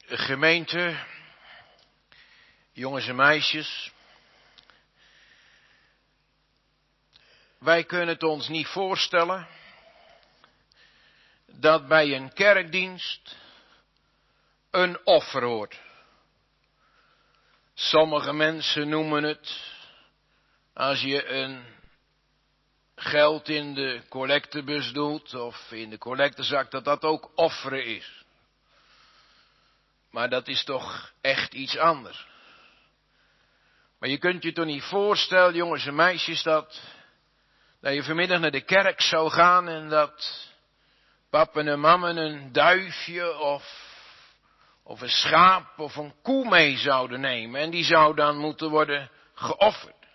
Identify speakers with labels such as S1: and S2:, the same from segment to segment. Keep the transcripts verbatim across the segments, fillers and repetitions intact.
S1: Gemeente, jongens en meisjes, wij kunnen het ons niet voorstellen dat bij een kerkdienst een offer hoort. Sommige mensen noemen het, als je een geld in de collectebus doet of in de collectezak, dat dat ook offeren is. Maar dat is toch echt iets anders. Maar je kunt je toch niet voorstellen, jongens en meisjes, dat, dat je vanmiddag naar de kerk zou gaan en dat papa en mama een duifje of, of een schaap of een koe mee zouden nemen. En die zou dan moeten worden geofferd.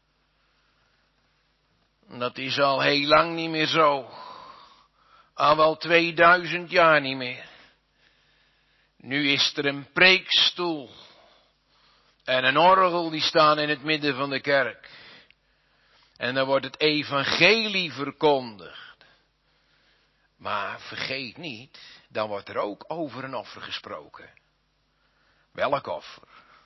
S1: Dat is al heel lang niet meer zo. Al wel tweeduizend jaar niet meer. Nu is er een preekstoel en een orgel die staan in het midden van de kerk. En dan wordt het evangelie verkondigd. Maar vergeet niet, dan wordt er ook over een offer gesproken. Welk offer?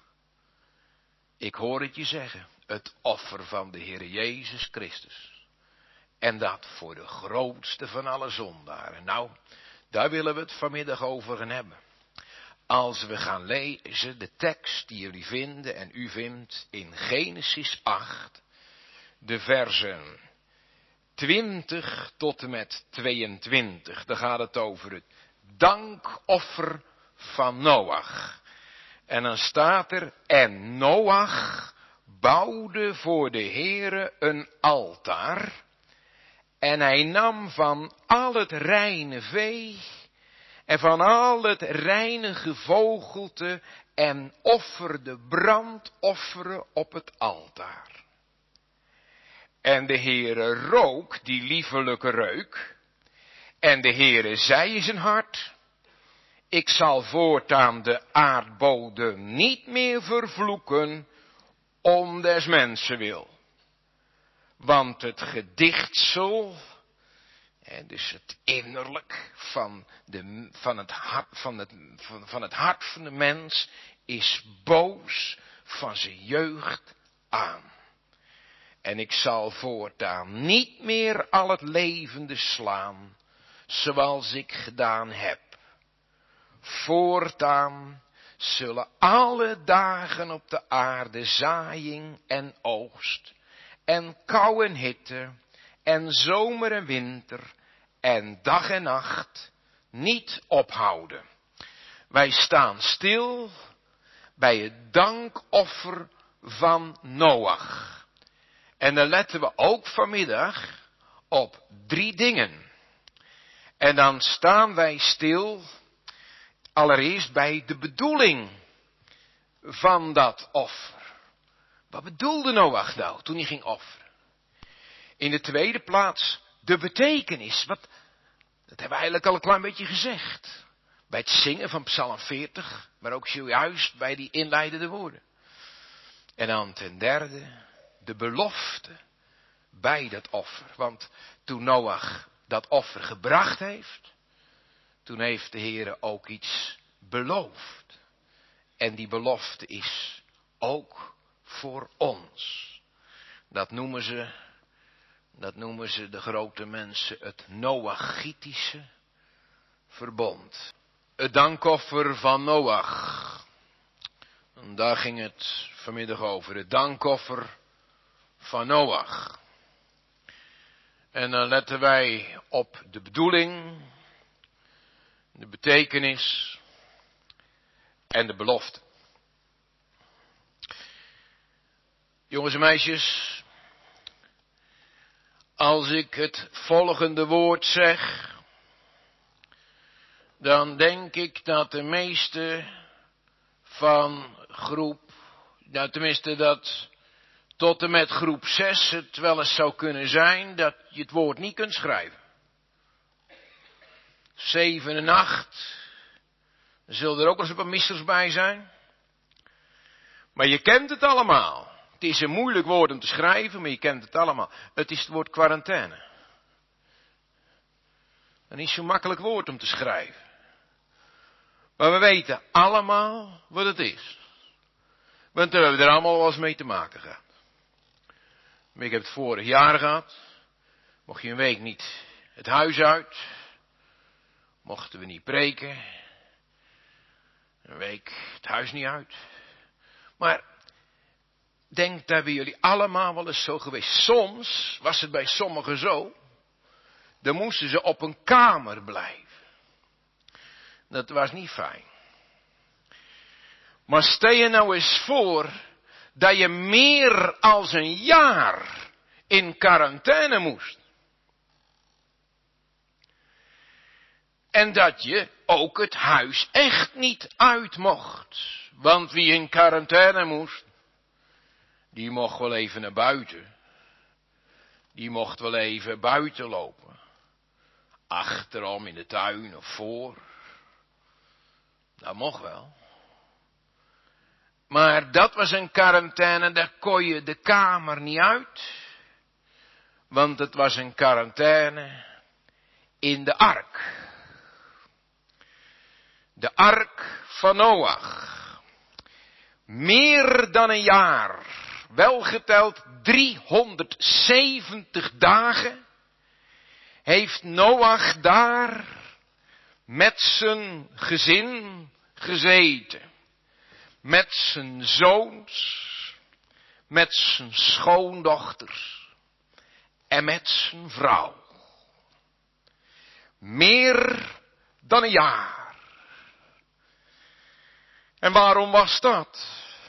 S1: Ik hoor het je zeggen, het offer van de Heer Jezus Christus. En dat voor de grootste van alle zondaren. Nou, daar willen we het vanmiddag over gaan hebben. Als we gaan lezen de tekst die jullie vinden en u vindt in Genesis acht, de versen twintig tot en met tweeëntwintig. Dan gaat het over het dankoffer van Noach. En dan staat er, en Noach bouwde voor de Heere een altaar. En hij nam van al het reine vee en van al het reine gevogelte en offerde brandofferen op het altaar. En de Heere rook die liefelijke reuk. En de Heere zei in zijn hart, ik zal voortaan de aardbodem niet meer vervloeken om des mensen wil. Want het gedichtsel, dus het innerlijk van, de, van, het hart, van, het, van, van het hart van de mens, is boos van zijn jeugd aan. En ik zal voortaan niet meer al het levende slaan, zoals ik gedaan heb. Voortaan zullen alle dagen op de aarde zaaiing en oogst, en kou en hitte, en zomer en winter, en dag en nacht niet ophouden. Wij staan stil bij het dankoffer van Noach. En dan letten we ook vanmiddag op drie dingen. En dan staan wij stil allereerst bij de bedoeling van dat offer. Wat bedoelde Noach nou toen hij ging offeren? In de tweede plaats de betekenis. Wat, dat hebben we eigenlijk al een klein beetje gezegd. Bij het zingen van Psalm veertig, maar ook zojuist bij die inleidende woorden. En dan ten derde de belofte bij dat offer. Want toen Noach dat offer gebracht heeft, toen heeft de Heere ook iets beloofd. En die belofte is ook voor ons. Dat noemen ze, dat noemen ze de grote mensen het Noachitische verbond. Het dankoffer van Noach. En daar ging het vanmiddag over. Het dankoffer van Noach. En dan letten wij op de bedoeling, de betekenis en de belofte. Jongens en meisjes, als ik het volgende woord zeg, dan denk ik dat de meeste van groep, nou tenminste dat tot en met groep zes het wel eens zou kunnen zijn dat je het woord niet kunt schrijven. Zeven en acht, er zullen er ook wel eens een paar missers bij zijn. Maar je kent het allemaal. Het is een moeilijk woord om te schrijven, maar je kent het allemaal. Het is het woord quarantaine. Een niet zo makkelijk woord om te schrijven. Maar we weten allemaal wat het is. Want we hebben er allemaal wel eens mee te maken gehad. Ik heb het vorig jaar gehad. Mocht je een week niet het huis uit. Mochten we niet preken. Een week het huis niet uit. Maar denk, dat hebben jullie allemaal wel eens zo geweest. Soms was het bij sommigen zo. Dan moesten ze op een kamer blijven. Dat was niet fijn. Maar stel je nou eens voor dat je meer als een jaar in quarantaine moest. En dat je ook het huis echt niet uit mocht. Want wie in quarantaine moest, die mocht wel even naar buiten. Die mocht wel even buiten lopen. Achterom in de tuin of voor. Dat mocht wel. Maar dat was een quarantaine, daar kon je de kamer niet uit. Want het was een quarantaine in de ark. De ark van Noach. Meer dan een jaar, welgeteld driehonderdzeventig dagen, heeft Noach daar met zijn gezin gezeten. Met zijn zoons, met zijn schoondochters en met zijn vrouw. Meer dan een jaar. En waarom was dat?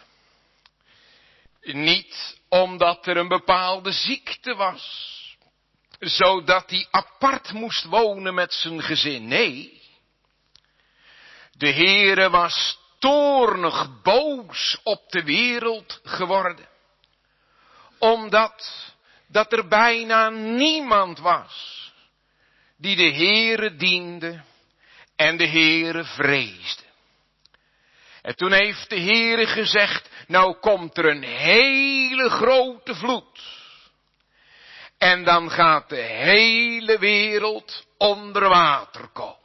S1: Niet omdat er een bepaalde ziekte was, zodat hij apart moest wonen met zijn gezin. Nee, de Heere was toornig boos op de wereld geworden. Omdat dat er bijna niemand was die de Heere diende en de Heere vreesde. En toen heeft de Heere gezegd, nou komt er een hele grote vloed. En dan gaat de hele wereld onder water komen.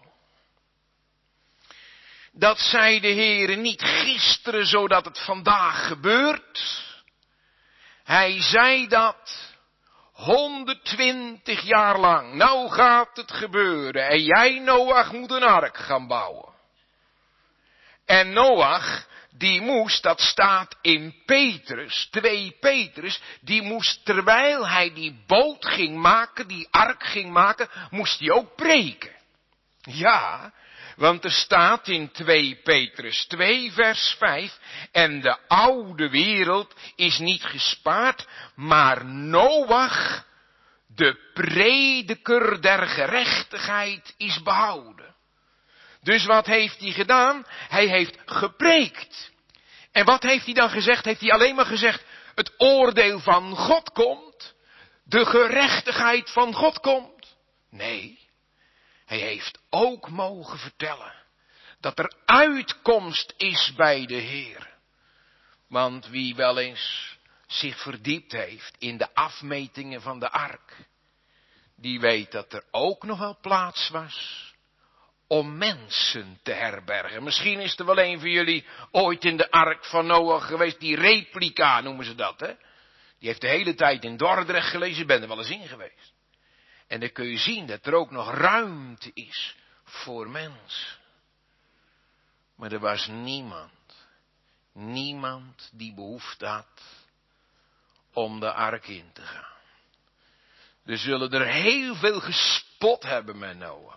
S1: Dat zei de Heere niet gisteren zodat het vandaag gebeurt. Hij zei dat honderdtwintig jaar lang. Nou gaat het gebeuren en jij Noach moet een ark gaan bouwen. En Noach, die moest, dat staat in Petrus, twee Petrus, die moest terwijl hij die boot ging maken, die ark ging maken, moest hij ook preken. Ja, want er staat in twee Petrus twee vers vijf, en de oude wereld is niet gespaard, maar Noach, de prediker der gerechtigheid, is behouden. Dus wat heeft hij gedaan? Hij heeft gepreekt. En wat heeft hij dan gezegd? Heeft hij alleen maar gezegd, het oordeel van God komt, de gerechtigheid van God komt? Nee, hij heeft ook mogen vertellen dat er uitkomst is bij de Heer. Want wie wel eens zich verdiept heeft in de afmetingen van de ark, die weet dat er ook nog wel plaats was om mensen te herbergen. Misschien is er wel een van jullie ooit in de ark van Noach geweest, die replica noemen ze dat, hè? Die heeft de hele tijd in Dordrecht gelezen, ben er wel eens in geweest. En dan kun je zien dat er ook nog ruimte is voor mensen. Maar er was niemand, niemand die behoefte had om de ark in te gaan. Er zullen er heel veel gespot hebben met Noach.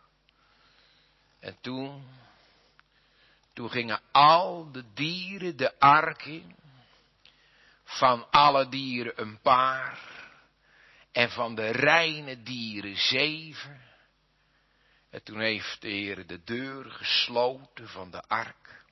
S1: En toen, toen gingen al de dieren de ark in. Van alle dieren een paar. En van de reine dieren zeven. En toen heeft de Heer de deur gesloten van de ark.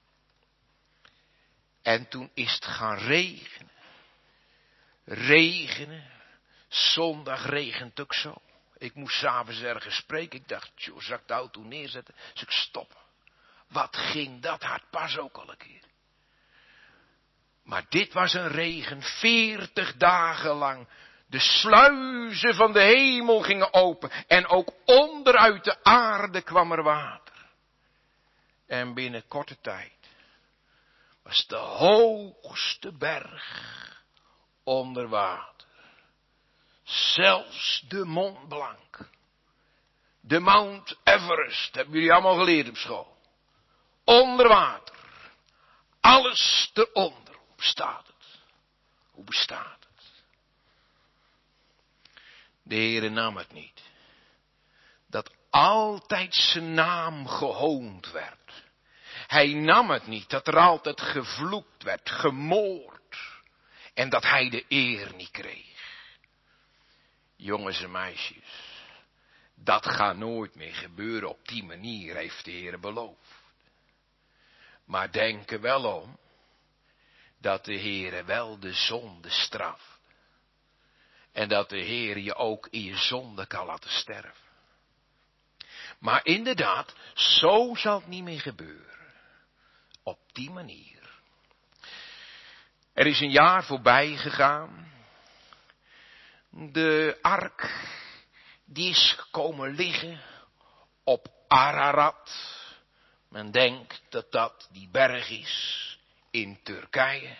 S1: En toen is het gaan regenen. Regenen. Zondag regent ook zo. Ik moest 's avonds ergens spreken. Ik dacht, joh, zal ik de auto neerzetten? Dus ik stoppen. Wat ging dat hard, pas ook al een keer. Maar dit was een regen, veertig dagen lang. De sluizen van de hemel gingen open. En ook onderuit de aarde kwam er water. En binnen korte tijd was de hoogste berg onder water. Zelfs de Mont Blanc. De Mount Everest, hebben jullie allemaal geleerd op school. Onder water. Alles eronder. Hoe bestaat het? Hoe bestaat het? De Heere nam het niet. Dat altijd zijn naam gehoond werd. Hij nam het niet dat er altijd gevloekt werd, gemoord. En dat hij de eer niet kreeg. Jongens en meisjes. Dat gaat nooit meer gebeuren op die manier, heeft de Heer beloofd. Maar denk er wel om, dat de Heer wel de zonde straft. En dat de Heer je ook in je zonde kan laten sterven. Maar inderdaad, zo zal het niet meer gebeuren. Op die manier. Er is een jaar voorbij gegaan. De ark, die is komen liggen op Ararat. Men denkt dat dat die berg is in Turkije.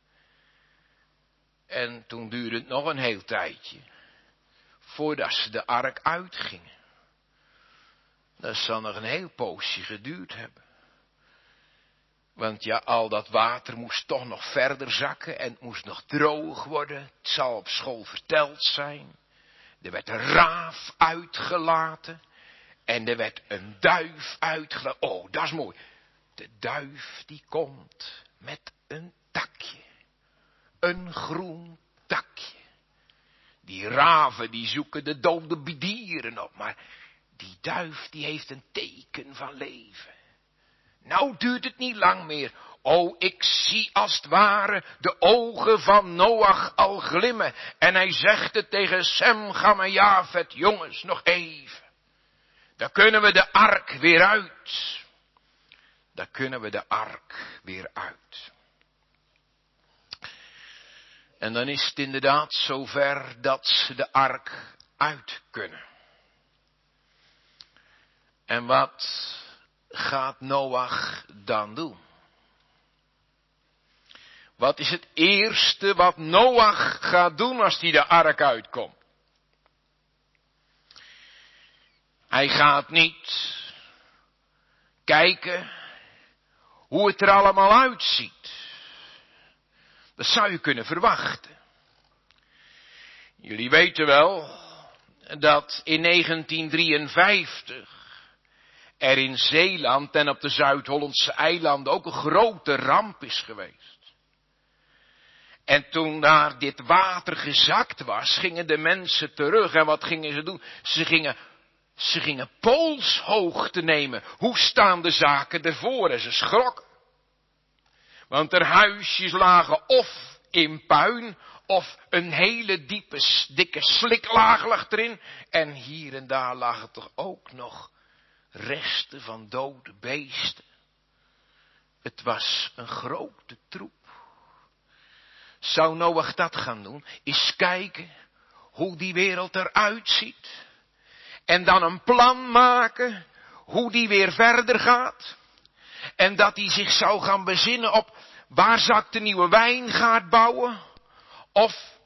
S1: En toen duurde het nog een heel tijdje voordat ze de ark uitgingen. Dat zal nog een heel poosje geduurd hebben. Want ja, al dat water moest toch nog verder zakken en het moest nog droog worden. Het zal op school verteld zijn. Er werd een raaf uitgelaten. En er werd een duif uitgelaten. Oh, dat is mooi. De duif die komt met een takje. Een groen takje. Die raven die zoeken de dode dieren op. Maar die duif die heeft een teken van leven. Nou duurt het niet lang meer. O, ik zie als het ware de ogen van Noach al glimmen. En hij zegt het tegen Sem, Gam en Jafet. Jongens, nog even. Dan kunnen we de ark weer uit. Dan kunnen we de ark weer uit. En dan is het inderdaad zover dat ze de ark uit kunnen. En wat gaat Noach dan doen? Wat is het eerste wat Noach gaat doen als hij de ark uitkomt? Hij gaat niet kijken hoe het er allemaal uitziet. Dat zou je kunnen verwachten. Jullie weten wel dat in negentien drieënvijftig er in Zeeland en op de Zuid-Hollandse eilanden ook een grote ramp is geweest. En toen daar dit water gezakt was, gingen de mensen terug. En wat gingen ze doen? Ze gingen, ze gingen poolshoogte nemen. Hoe staan de zaken ervoor? En ze schrokken. Want er huisjes lagen of in puin, of een hele diepe, dikke sliklaag lag erin. En hier en daar lagen toch ook nog resten van dode beesten. Het was een grote troep. Zou Noach dat gaan doen? Eens kijken hoe die wereld eruit ziet. En dan een plan maken hoe die weer verder gaat. En dat hij zich zou gaan bezinnen op waar zou ik de nieuwe wijngaard bouwen? Of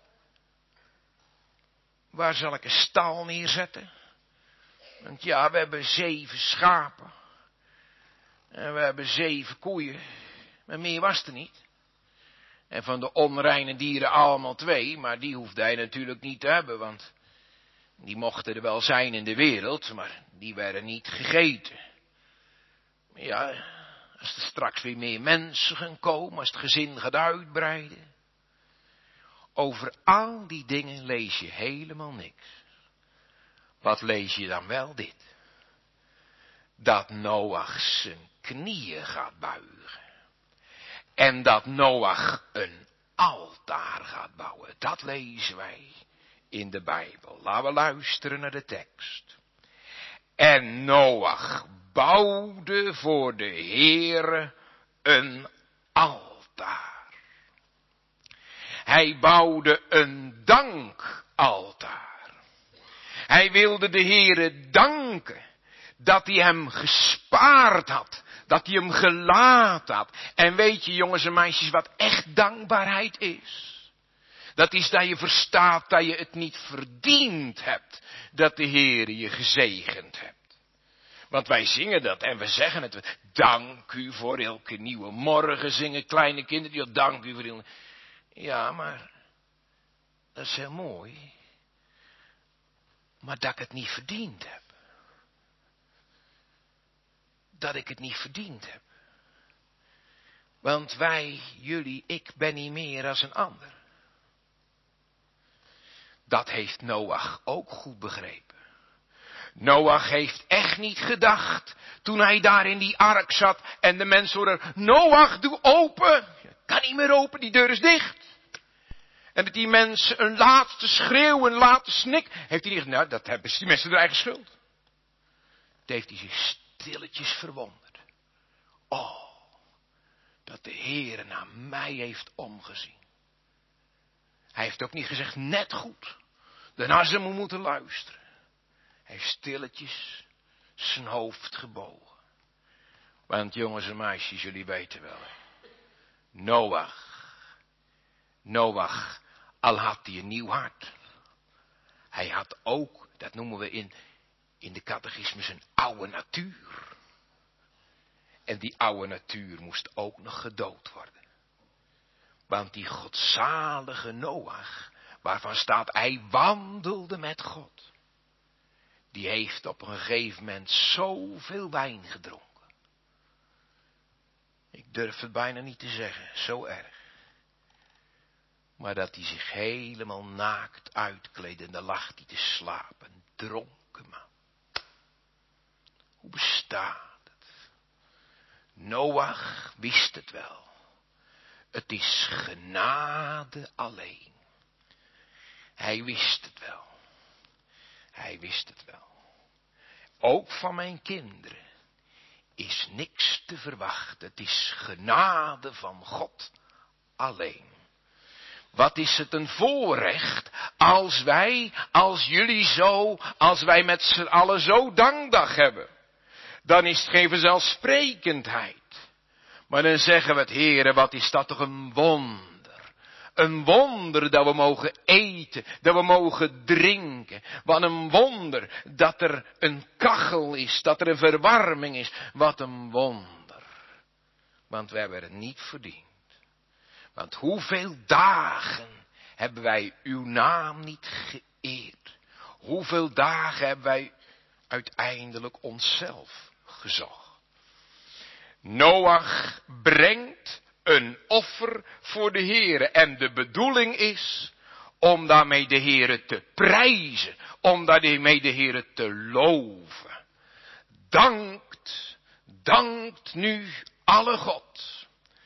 S1: waar zal ik een stal neerzetten? Want ja, we hebben zeven schapen. En we hebben zeven koeien. Maar meer was er niet. En van de onreine dieren allemaal twee. Maar die hoefde hij natuurlijk niet te hebben. Want die mochten er wel zijn in de wereld. Maar die werden niet gegeten. Maar ja, als er straks weer meer mensen gaan komen. Als het gezin gaat uitbreiden. Over al die dingen lees je helemaal niks. Wat lees je dan wel dit? Dat Noach zijn knieën gaat buigen. En dat Noach een altaar gaat bouwen. Dat lezen wij in de Bijbel. Laten we luisteren naar de tekst. En Noach bouwde voor de Heere een altaar. Hij bouwde een dankaltaar. Hij wilde de Heere danken dat hij hem gespaard had. Dat hij hem gelaten had. En weet je jongens en meisjes wat echt dankbaarheid is? Dat is dat je verstaat dat je het niet verdiend hebt. Dat de Heer je gezegend hebt. Want wij zingen dat en we zeggen het. Dank u voor elke nieuwe morgen, zingen kleine kinderen. Ja, dank u voor elke... Ja, maar dat is heel mooi. Maar dat ik het niet verdiend heb. Dat ik het niet verdiend heb. Want wij, jullie, ik ben niet meer als een ander. Dat heeft Noach ook goed begrepen. Noach heeft echt niet gedacht, toen hij daar in die ark zat en de mensen hoorden, Noach, doe open. Kan niet meer open, die deur is dicht. En dat die mensen een laatste schreeuw, een laatste snik, heeft hij niet gezegd, nou, dat hebben die mensen hun eigen schuld. Dat heeft hij zich stilletjes verwonderd. Oh, dat de Heere naar mij heeft omgezien. Hij heeft ook niet gezegd, net goed. Daarna ze me moeten luisteren. Hij heeft stilletjes zijn hoofd gebogen. Want jongens en meisjes, jullie weten wel. Noach. Noach, al had hij een nieuw hart. Hij had ook, dat noemen we in, in de catechismus, een oude natuur. En die oude natuur moest ook nog gedood worden. Want die godzalige Noach, waarvan staat hij wandelde met God. Die heeft op een gegeven moment zoveel wijn gedronken. Ik durf het bijna niet te zeggen, zo erg. Maar dat hij zich helemaal naakt uitkleedde en dan lag hij te slapen. Een dronken man. Hoe bestaat het? Noach wist het wel. Het is genade alleen. Hij wist het wel. Hij wist het wel. Ook van mijn kinderen is niks te verwachten. Het is genade van God alleen. Wat is het een voorrecht als wij, als jullie zo, als wij met z'n allen zo dankdag hebben. Dan is het geen vanzelfsprekendheid. Maar dan zeggen we het, Heere, wat is dat toch een wonder. Een wonder dat we mogen eten, dat we mogen drinken. Wat een wonder dat er een kachel is, dat er een verwarming is. Wat een wonder. Want we hebben het niet verdiend. Want hoeveel dagen hebben wij uw naam niet geëerd? Hoeveel dagen hebben wij uiteindelijk onszelf gezocht? Noach brengt een offer voor de Heere. En de bedoeling is om daarmee de Heere te prijzen. Om daarmee de Heere te loven. Dankt, dankt nu alle God.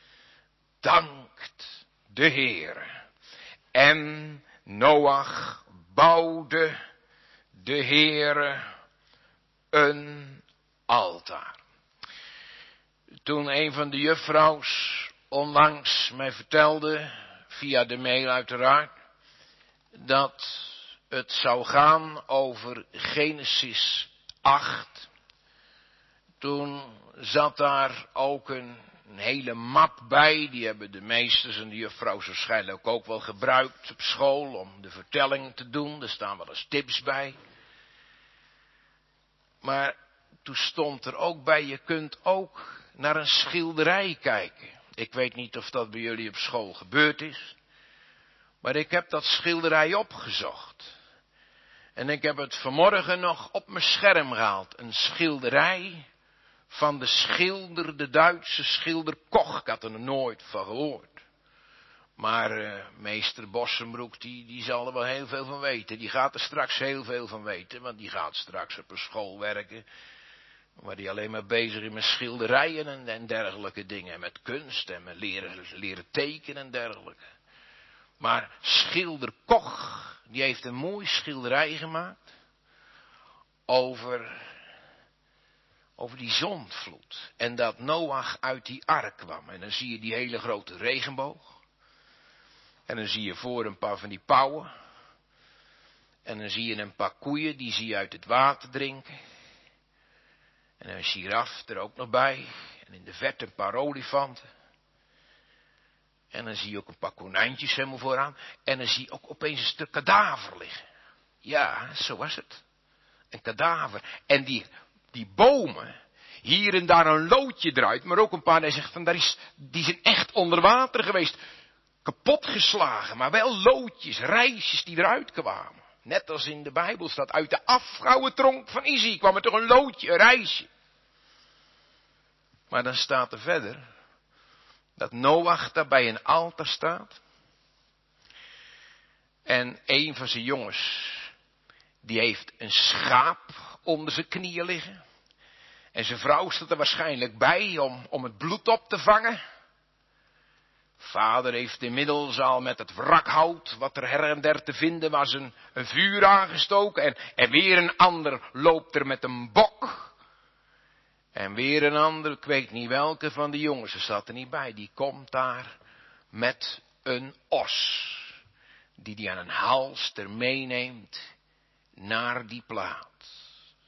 S1: Dankt de Heere. En Noach bouwde de Heere een altaar. Toen een van de juffrouws onlangs mij vertelde, via de mail uiteraard, dat het zou gaan over Genesis acht. Toen zat daar ook een, een hele map bij, die hebben de meesters en de juffrouws waarschijnlijk ook wel gebruikt op school om de vertelling te doen. Er staan wel eens tips bij. Maar toen stond er ook bij, je kunt ook naar een schilderij kijken. Ik weet niet of dat bij jullie op school gebeurd is. Maar ik heb dat schilderij opgezocht. En ik heb het vanmorgen nog op mijn scherm gehaald. Een schilderij van de schilder, de Duitse schilder Koch. Ik had er nog nooit van gehoord. Maar uh, meester Bossenbroek, die, die zal er wel heel veel van weten. Die gaat er straks heel veel van weten. Want die gaat straks op een school werken. Waar die alleen maar bezig is met schilderijen en, en dergelijke dingen. Met kunst en met leren, leren tekenen en dergelijke. Maar schilder Koch, die heeft een mooi schilderij gemaakt. Over, over die zondvloed. En dat Noach uit die ark kwam. En dan zie je die hele grote regenboog. En dan zie je voor een paar van die pauwen. En dan zie je een paar koeien, die zie je uit het water drinken. En een giraf er ook nog bij. En in de verte een paar olifanten. En dan zie je ook een paar konijntjes helemaal vooraan. En dan zie je ook opeens een stuk kadaver liggen. Ja, zo was het. Een kadaver. En die, die bomen, hier en daar een loodje eruit, maar ook een paar, die zegt van, daar is, die zijn echt onder water geweest. Kapot geslagen, maar wel loodjes, rijsjes die eruit kwamen. Net als in de Bijbel staat, uit de afgehouwen tronk van Izzy kwam er toch een loodje, een rijsje. Maar dan staat er verder, dat Noach daar bij een altaar staat. En een van zijn jongens, die heeft een schaap onder zijn knieën liggen. En zijn vrouw staat er waarschijnlijk bij om, om het bloed op te vangen. Vader heeft inmiddels al met het wrakhout, wat er her en der te vinden was, een, een vuur aangestoken. En, en weer een ander loopt er met een bok. En weer een ander, ik weet niet welke van de jongens, ze staat er niet bij, die komt daar met een os. Die die aan een halster meeneemt naar die plaats.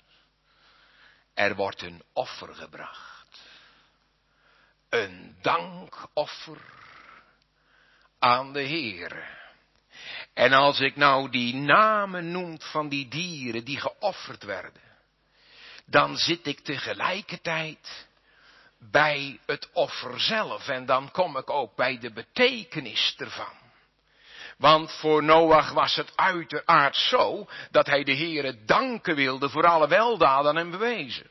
S1: Er wordt een offer gebracht. Een dankoffer aan de Heere. En als ik nou die namen noem van die dieren die geofferd werden, dan zit ik tegelijkertijd bij het offer zelf. En dan kom ik ook bij de betekenis ervan. Want voor Noach was het uiteraard zo dat hij de Heere danken wilde voor alle weldaden aan hem bewezen.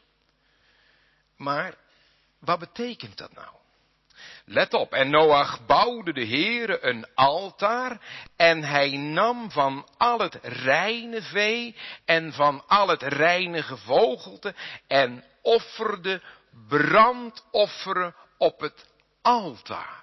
S1: Maar wat betekent dat nou? Let op, en Noach bouwde de Heere een altaar en hij nam van al het reine vee en van al het reine gevogelte en offerde brandofferen op het altaar.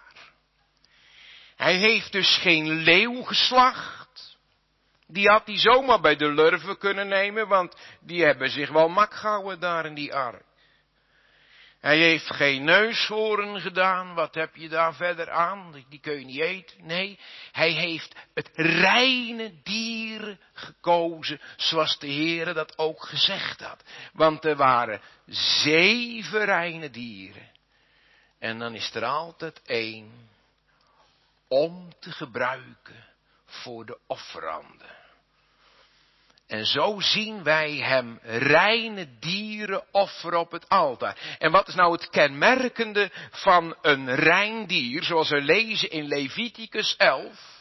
S1: Hij heeft dus geen leeuw geslacht. Die had hij zomaar bij de lurven kunnen nemen, want die hebben zich wel mak gehouden daar in die ark. Hij heeft geen neushoorn gedaan, wat heb je daar verder aan? Die kun je niet eten. Nee, hij heeft het reine dier gekozen, zoals de Heere dat ook gezegd had. Want er waren zeven reine dieren. En dan is er altijd één om te gebruiken voor de offeranden. En zo zien wij hem reine dieren offeren op het altaar. En wat is nou het kenmerkende van een rein dier, zoals we lezen in Leviticus elf?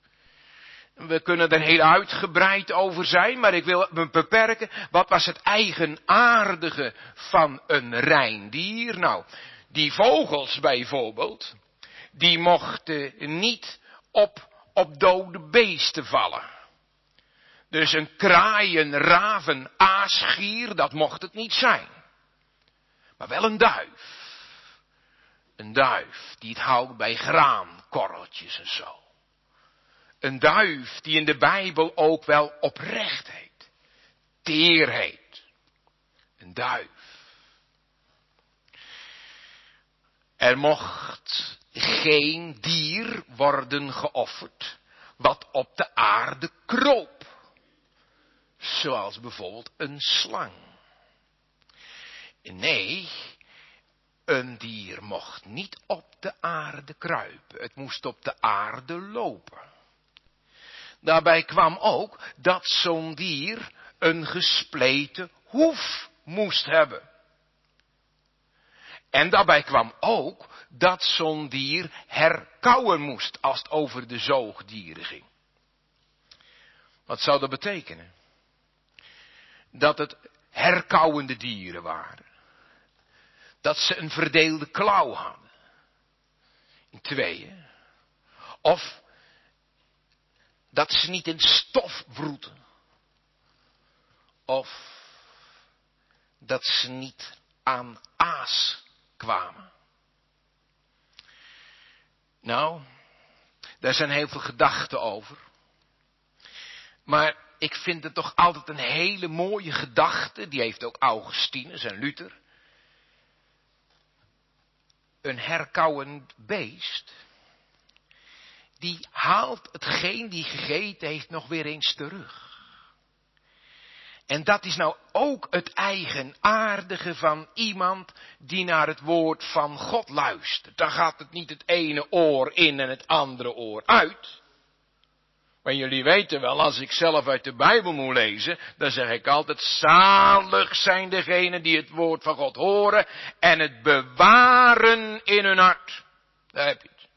S1: We kunnen er heel uitgebreid over zijn, maar ik wil me beperken. Wat was het eigenaardige van een rein dier? Nou, die vogels bijvoorbeeld, die mochten niet op, op dode beesten vallen. Dus een kraai, een raaf, een aasgier, dat mocht het niet zijn. Maar wel een duif. Een duif die het houdt bij graankorreltjes en zo. Een duif die in de Bijbel ook wel oprecht heet. Teer heet. Een duif. Er mocht geen dier worden geofferd wat op de aarde kroop. Zoals bijvoorbeeld een slang. Nee, een dier mocht niet op de aarde kruipen. Het moest op de aarde lopen. Daarbij kwam ook dat zo'n dier een gespleten hoef moest hebben. En daarbij kwam ook dat zo'n dier herkauwen moest als het over de zoogdieren ging. Wat zou dat betekenen? Dat het herkauwende dieren waren. Dat ze een verdeelde klauw hadden. In tweeën. Of dat ze niet in stof wroeten. Of dat ze niet aan aas kwamen. Nou, daar zijn heel veel gedachten over. Maar ik vind het toch altijd een hele mooie gedachte, die heeft ook Augustinus en Luther. Een herkauwend beest, die haalt hetgeen die gegeten heeft nog weer eens terug. En dat is nou ook het eigenaardige van iemand die naar het woord van God luistert. Dan gaat het niet het ene oor in en het andere oor uit. Maar jullie weten wel, als ik zelf uit de Bijbel moet lezen, dan zeg ik altijd, zalig zijn degenen die het woord van God horen en het bewaren in hun hart. Daar heb je het.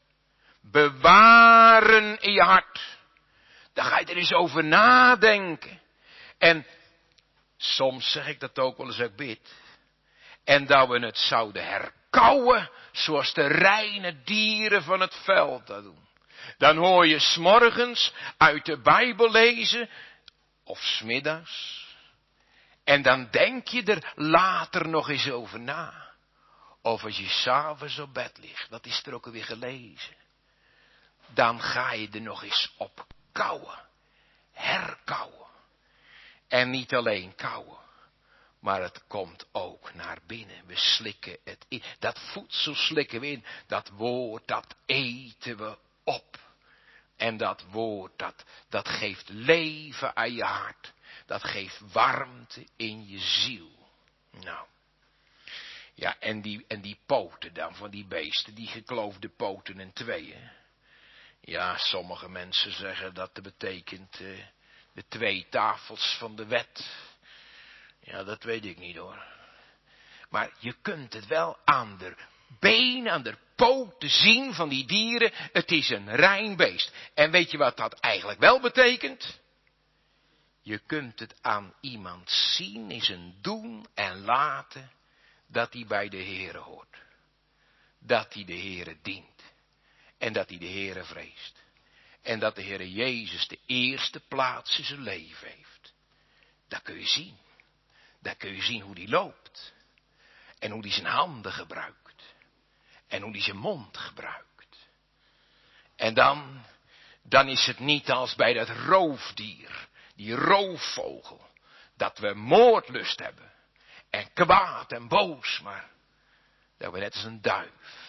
S1: Bewaren in je hart. Dan ga je er eens over nadenken. En soms zeg ik dat ook wel eens, ik bid. En dat we het zouden herkauwen, zoals de reine dieren van het veld dat doen. Dan hoor je 's morgens uit de Bijbel lezen, of 's middags. En dan denk je er later nog eens over na. Of als je 's avonds op bed ligt, dat is er ook alweer gelezen. Dan ga je er nog eens op kauwen, herkauwen. En niet alleen kauwen, maar het komt ook naar binnen. We slikken het in. Dat voedsel slikken we in. Dat woord, dat eten we op. En dat woord, dat, dat geeft leven aan je hart. Dat geeft warmte in je ziel. Nou. Ja, en die, en die poten dan van die beesten, die gekloofde poten in tweeën. Ja, sommige mensen zeggen dat dat betekent uh, de twee tafels van de wet. Ja, dat weet ik niet hoor. Maar je kunt het wel aan de benen, aan de poten zien van die dieren. Het is een rein beest. En weet je wat dat eigenlijk wel betekent? Je kunt het aan iemand zien in zijn doen en laten dat hij bij de Heere hoort. Dat hij de Heere dient. En dat hij de Heere vreest. En dat de Heere Jezus de eerste plaats in zijn leven heeft. Dat kun je zien. Daar kun je zien hoe die loopt. En hoe die zijn handen gebruikt. En hoe die zijn mond gebruikt. En dan, dan is het niet als bij dat roofdier, die roofvogel, dat we moordlust hebben. En kwaad en boos, maar dat we net als een duif,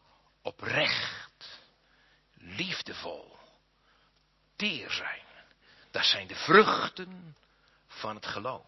S1: oprecht, liefdevol, teer zijn. Dat zijn de vruchten van het geloof.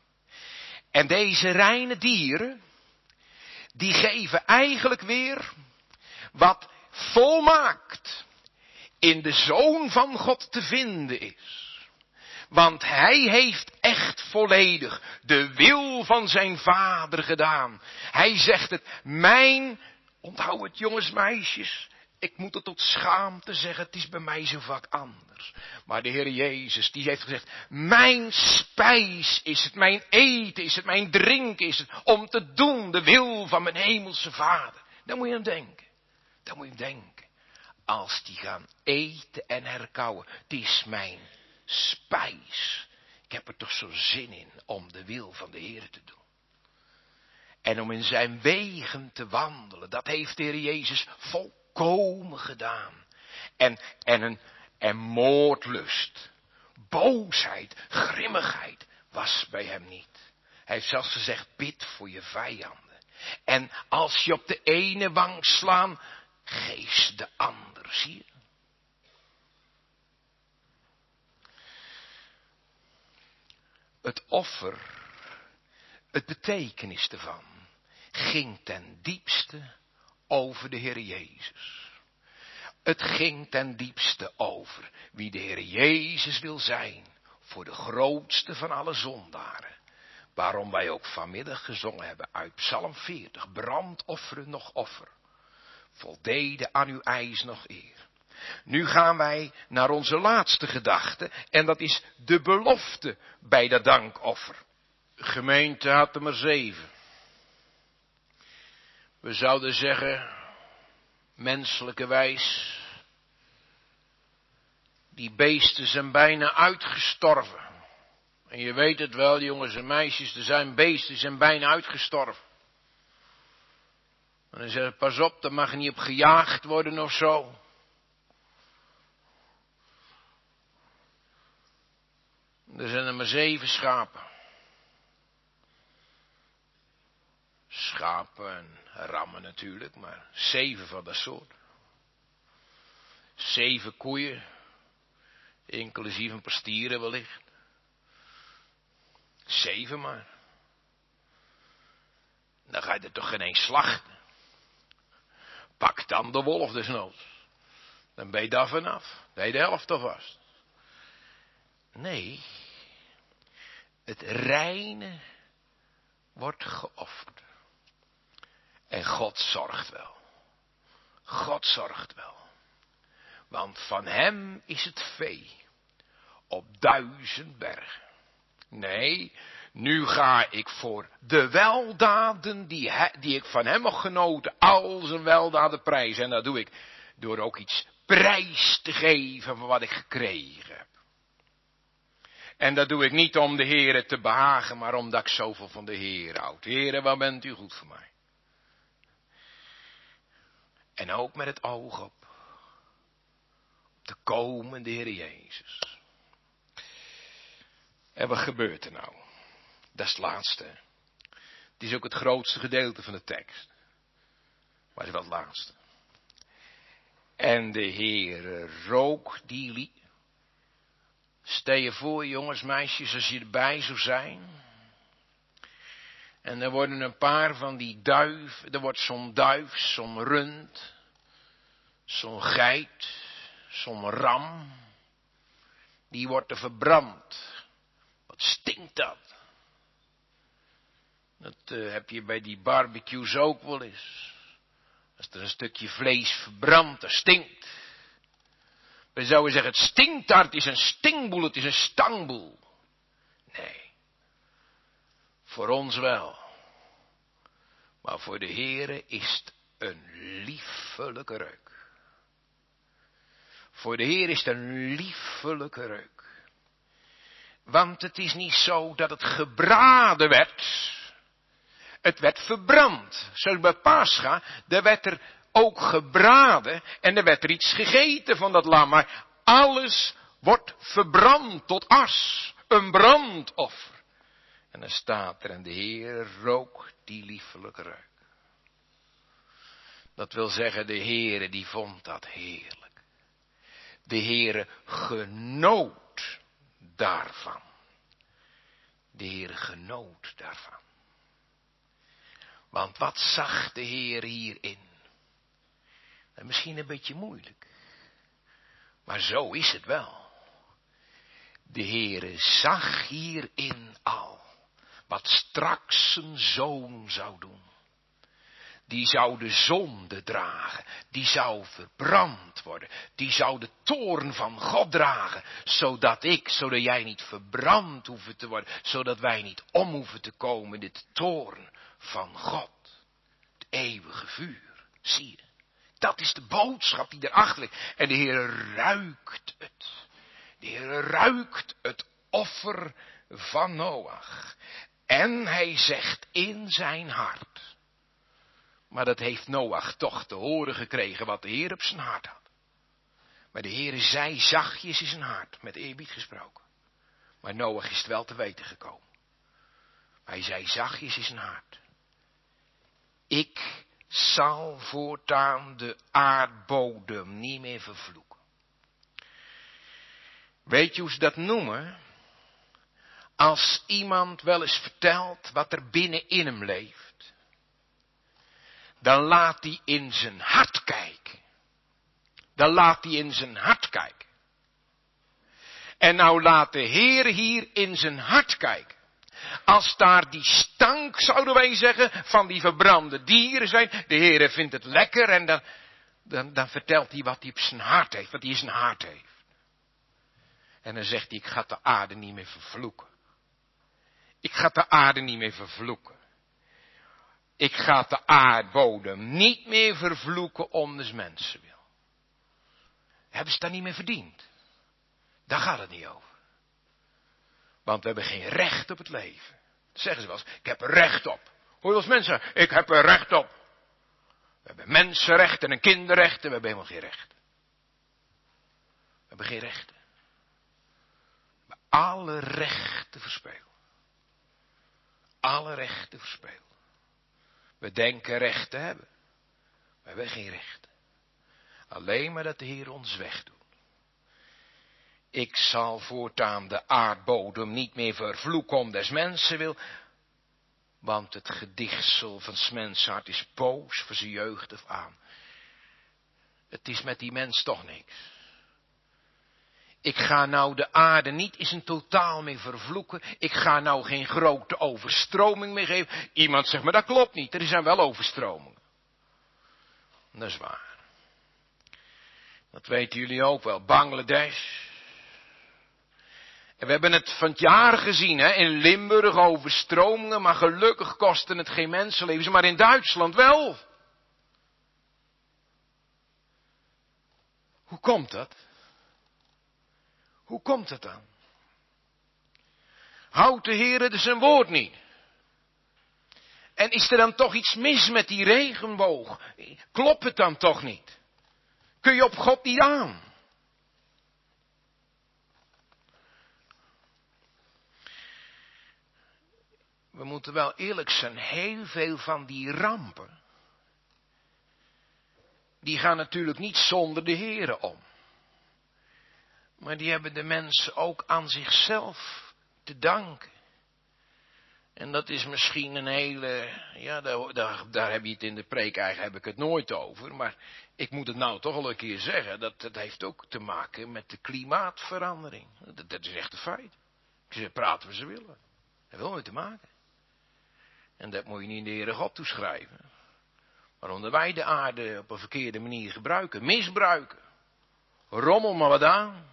S1: En deze reine dieren, die geven eigenlijk weer wat volmaakt in de Zoon van God te vinden is. Want hij heeft echt volledig de wil van zijn Vader gedaan. Hij zegt het, mijn, onthoud het jongens, meisjes, ik moet het tot schaamte zeggen, het is bij mij zo vaak anders. Maar de Heer Jezus, die heeft gezegd, mijn spijs is het, mijn eten is het, mijn drinken is het, om te doen de wil van mijn hemelse Vader. Daar moet je aan denken, daar moet je aan denken. Als die gaan eten en herkauwen, het is mijn spijs. Ik heb er toch zo zin in om de wil van de Heer te doen. En om in zijn wegen te wandelen, dat heeft de Heer Jezus volkomen gedaan. En, en een en moordlust, boosheid, grimmigheid was bij hem niet. Hij heeft zelfs gezegd, bid voor je vijanden. En als je op de ene wang slaat, geef ze de ander, zie je. Het offer, het betekenis ervan, ging ten diepste over de Heer Jezus. Het ging ten diepste over wie de Heer Jezus wil zijn voor de grootste van alle zondaren. Waarom wij ook vanmiddag gezongen hebben uit Psalm veertig, brandofferen nog offer, voldeden aan uw eis nog eer. Nu gaan wij naar onze laatste gedachte en dat is de belofte bij dat dankoffer. De gemeente had er maar zeven. We zouden zeggen, menselijke wijs, die beesten zijn bijna uitgestorven. En je weet het wel, jongens en meisjes, er zijn beesten die zijn bijna uitgestorven. En dan zeggen, pas op, daar mag niet op gejaagd worden of zo. Er zijn er maar zeven schapen. Schapen en rammen natuurlijk, maar zeven van dat soort. Zeven koeien, inclusief een paar stieren wellicht. Zeven maar. Dan ga je er toch geen eens slachten. Pak dan de wolf desnoods. Dan ben je daar vanaf. Dan heb je de helft alvast. Nee. Het reine wordt geofferd. En God zorgt wel. God zorgt wel. Want van hem is het vee. Op duizend bergen. Nee, nu ga ik voor de weldaden die, he, die ik van hem heb genoten, al zijn weldaden prijzen. En dat doe ik door ook iets prijs te geven van wat ik gekregen heb. En dat doe ik niet om de Heere te behagen, maar omdat ik zoveel van de Heere houd. Heere, wat bent u goed voor mij. En ook met het oog op de komende Heer Jezus. En wat gebeurt er nou? Dat is het laatste. Het is ook het grootste gedeelte van de tekst. Maar het is wel het laatste. En de Heere rook die lied. Stel je voor, jongens, meisjes, als je erbij zou zijn. En er worden een paar van die duif, er wordt zo'n duif, zo'n rund, zo'n geit, zo'n ram. Die wordt er verbrand. Wat stinkt dat? Dat uh, heb je bij die barbecues ook wel eens. Als er een stukje vlees verbrandt, dat stinkt. We zouden zeggen, het stinkt daar, het is een stinkboel, het is een stangboel. Nee. Voor ons wel. Maar voor de Heere is het een liefelijke reuk. Voor de Heer is het een liefelijke reuk. Want het is niet zo dat het gebraden werd. Het werd verbrand. Zoals bij Pascha, daar werd er ook gebraden en er werd er iets gegeten van dat lam. Maar alles wordt verbrand tot as. Een brandoffer. En dan staat er, en de Heer rook die liefelijke reuk. Dat wil zeggen, de Heere die vond dat heerlijk. De Heere genoot daarvan. De Heere genoot daarvan. Want wat zag de Heer hierin? En misschien een beetje moeilijk. Maar zo is het wel. De Heere zag hierin al wat straks zijn zoon zou doen. Die zou de zonde dragen. Die zou verbrand worden. Die zou de toorn van God dragen. Zodat ik, zodat jij niet verbrand hoeven te worden. Zodat wij niet om hoeven te komen in dit toorn van God. Het eeuwige vuur. Zie je. Dat is de boodschap die erachter ligt. En de Heer ruikt het. De Heer ruikt het offer van Noach. En hij zegt in zijn hart. Maar dat heeft Noach toch te horen gekregen wat de Heer op zijn hart had. Maar de Heer zei zachtjes in zijn hart, met eerbied gesproken. Maar Noach is het wel te weten gekomen. Maar hij zei zachtjes in zijn hart. Ik zal voortaan de aardbodem niet meer vervloeken. Weet je hoe ze dat noemen? Als iemand wel eens vertelt wat er binnenin hem leeft. Dan laat hij in zijn hart kijken. Dan laat hij in zijn hart kijken. En nou laat de Heer hier in zijn hart kijken. Als daar die stank, zouden wij zeggen, van die verbrande dieren zijn. De Heer vindt het lekker en dan, dan, dan vertelt hij wat hij op zijn hart heeft. Wat hij in zijn hart heeft. En dan zegt hij, ik ga de aarde niet meer vervloeken. Ik ga de aarde niet meer vervloeken. Ik ga de aardbodem niet meer vervloeken om des mensen wil. Hebben ze dat niet meer verdiend? Daar gaat het niet over. Want we hebben geen recht op het leven. Dat zeggen ze wel eens. Ik heb er recht op. Hoor je als mensen? Ik heb er recht op. We hebben mensenrechten en kinderrechten. We hebben helemaal geen recht. We hebben geen rechten. We hebben alle rechten verspelen. Alle rechten verspelen. We denken recht te hebben. We hebben geen rechten. Alleen maar dat de Heer ons wegdoet. Ik zal voortaan de aardbodem niet meer vervloeken om des mensen wil. Want het gedichtsel van 's mens hart is boos voor zijn jeugd af aan. Het is met die mens toch niks. Ik ga nou de aarde niet in zijn totaal meer vervloeken. Ik ga nou geen grote overstroming meer geven. Iemand zegt, maar dat klopt niet. Er zijn wel overstromingen. Dat is waar. Dat weten jullie ook wel. Bangladesh. En we hebben het van het jaar gezien, hè, in Limburg overstromingen, maar gelukkig kosten het geen mensenlevens, maar in Duitsland wel. Hoe komt dat? Hoe komt het dan? Houdt de Heere dus zijn woord niet? En is er dan toch iets mis met die regenboog? Klopt het dan toch niet? Kun je op God niet aan? We moeten wel eerlijk zijn, heel veel van die rampen, die gaan natuurlijk niet zonder de Heere om. Maar die hebben de mensen ook aan zichzelf te danken. En dat is misschien een hele, ja, daar, daar, daar heb je het in de preek, eigenlijk heb ik het nooit over. Maar ik moet het nou toch al een keer zeggen, dat, dat heeft ook te maken met de klimaatverandering. Dat, dat is echt een feit. Ze praten wat ze willen. Dat heeft wel mee te maken. En dat moet je niet in de Heere God toeschrijven. Maar omdat wij de aarde op een verkeerde manier gebruiken, misbruiken. Rommel maar wat aan.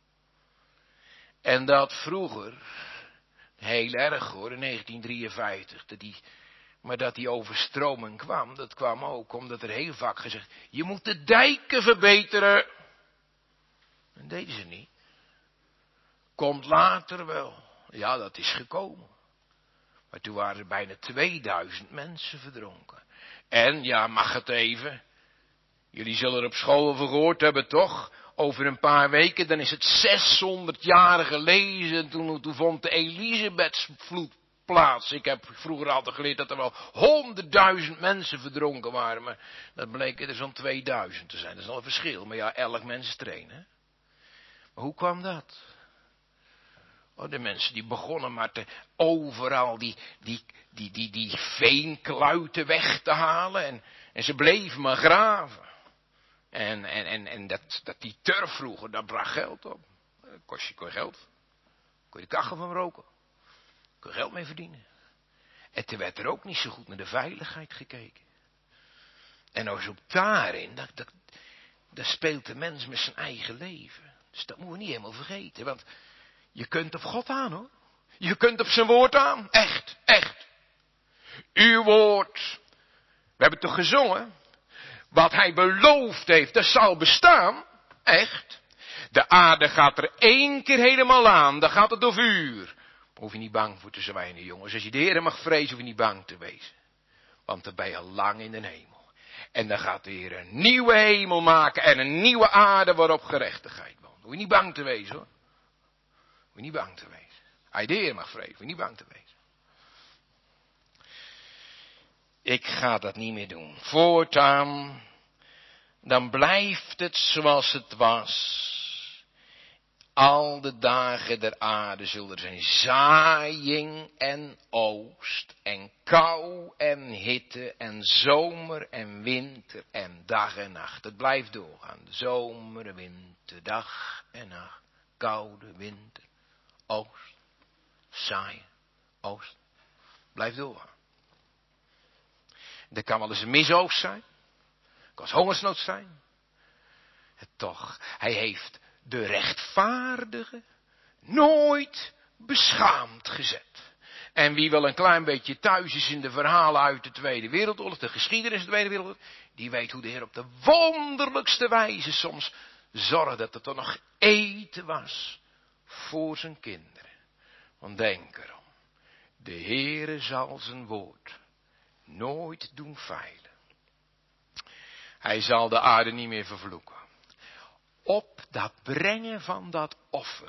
S1: En dat vroeger, heel erg hoor, in negentien drieënvijftig, dat die, maar dat die overstroming kwam, dat kwam ook omdat er heel vaak gezegd, je moet de dijken verbeteren. Dat deden ze niet. Komt later wel. Ja, dat is gekomen. Maar toen waren er bijna tweeduizend mensen verdronken. En, ja, mag het even. Jullie zullen er op school over gehoord hebben, toch? Over een paar weken, dan is het zeshonderd jaar geleden. Toen, toen vond de Elisabethsvloed plaats. Ik heb vroeger altijd geleerd dat er wel honderdduizend mensen verdronken waren. Maar dat bleek er zo'n tweeduizend te zijn. Dat is al een verschil. Maar ja, elk mens is trainen. Maar hoe kwam dat? Oh, de mensen die begonnen maar te overal die, die, die, die, die veenkluiten weg te halen. En, en ze bleven maar graven. En, en, en, en dat, dat die turf vroeger, dat bracht geld op. Dat kost je, kon je geld. Kon je de kachel van roken. Kon je geld mee verdienen. En toen werd er ook niet zo goed naar de veiligheid gekeken. En als ook daarin, dat, dat, dat speelt de mens met zijn eigen leven. Dus dat moeten we niet helemaal vergeten. Want je kunt op God aan, hoor. Je kunt op zijn woord aan. Echt, echt. Uw woord. We hebben het toch gezongen? Wat hij beloofd heeft, dat zal bestaan. Echt. De aarde gaat er één keer helemaal aan. Dan gaat het door vuur. Daar hoef je niet bang voor te zwijnen, jongens. Als je de Heer mag vrezen, hoef je niet bang te wezen. Want dan ben je al lang in de hemel. En dan gaat de Heer een nieuwe hemel maken en een nieuwe aarde waarop gerechtigheid woont. Hoef je niet bang te wezen, hoor. Hoef je niet bang te wezen. Als je de Heer mag vrezen, hoef je niet bang te wezen. Ik ga dat niet meer doen. Voortaan, dan blijft het zoals het was. Al de dagen der aarde zullen er zijn zaaiing en oogst en kou en hitte en zomer en winter en dag en nacht. Het blijft doorgaan. Zomer en winter, dag en nacht, koude winter, oogst, zaaien, oogst. Blijft doorgaan. Er kan wel eens een misoogst zijn. Er kan hongersnood zijn. En toch, hij heeft de rechtvaardige nooit beschaamd gezet. En wie wel een klein beetje thuis is in de verhalen uit de Tweede Wereldoorlog, de geschiedenis van de Tweede Wereldoorlog, die weet hoe de Heer op de wonderlijkste wijze soms zorgde dat er toch nog eten was voor zijn kinderen. Want denk erom, de Heere zal zijn woord nooit doen feilen. Hij zal de aarde niet meer vervloeken. Op dat brengen van dat offer.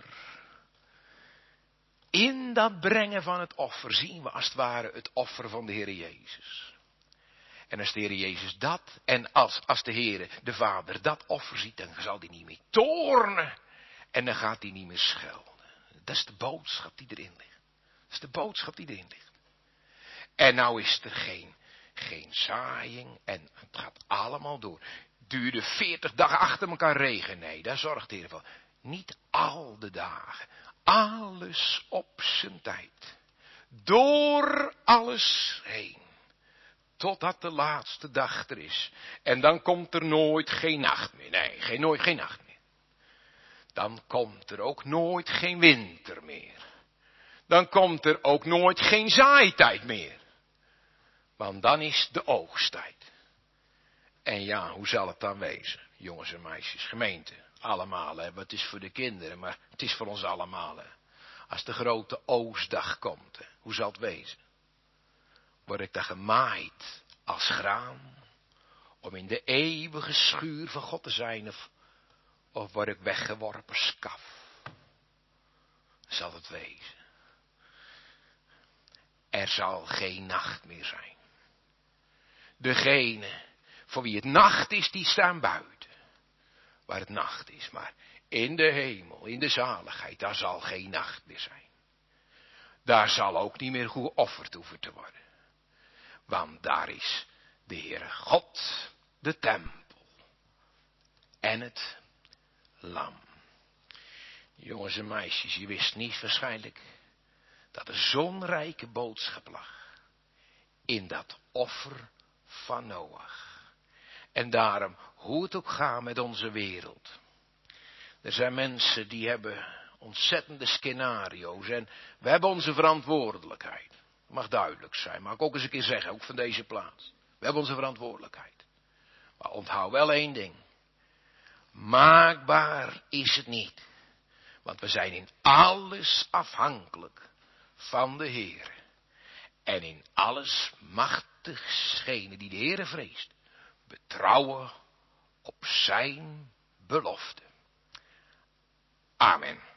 S1: In dat brengen van het offer zien we als het ware het offer van de Heer Jezus. En als de Heer Jezus dat, en als, als de Heer, de Vader, dat offer ziet, dan zal hij niet meer toornen. En dan gaat hij niet meer schelden. Dat is de boodschap die erin ligt. Dat is de boodschap die erin ligt. En nou is er geen, geen zaaiing en het gaat allemaal door. Duurde veertig dagen achter elkaar regen. Nee, daar zorgt hij ervoor. Niet al de dagen. Alles op zijn tijd. Door alles heen. Totdat de laatste dag er is. En dan komt er nooit geen nacht meer. Nee, geen, nooit geen nacht meer. Dan komt er ook nooit geen winter meer. Dan komt er ook nooit geen zaaitijd meer. Want dan is de oogsttijd. En ja, hoe zal het dan wezen? Jongens en meisjes, gemeente, allemaal. Hè? Het is voor de kinderen, maar het is voor ons allemaal. Hè? Als de grote oogstdag komt, hè? Hoe zal het wezen? Word ik dan gemaaid als graan? Om in de eeuwige schuur van God te zijn? Of, of word ik weggeworpen skaf? Zal het wezen? Er zal geen nacht meer zijn. Degene voor wie het nacht is, die staan buiten. Waar het nacht is, maar in de hemel, in de zaligheid, daar zal geen nacht meer zijn. Daar zal ook niet meer geofferd hoeven te worden. Want daar is de Heere God, de tempel en het lam. Jongens en meisjes, je wist niet waarschijnlijk dat er zo'n rijke boodschap lag in dat offer van Noach. En daarom, hoe het ook gaat met onze wereld. Er zijn mensen die hebben ontzettende scenario's en we hebben onze verantwoordelijkheid. Het mag duidelijk zijn, mag ik ook eens een keer zeggen, ook van deze plaats. We hebben onze verantwoordelijkheid. Maar onthoud wel één ding. Maakbaar is het niet. Want we zijn in alles afhankelijk van de Heer. En in alles machtig schenen die de Heere vreest. Betrouwen op zijn belofte. Amen.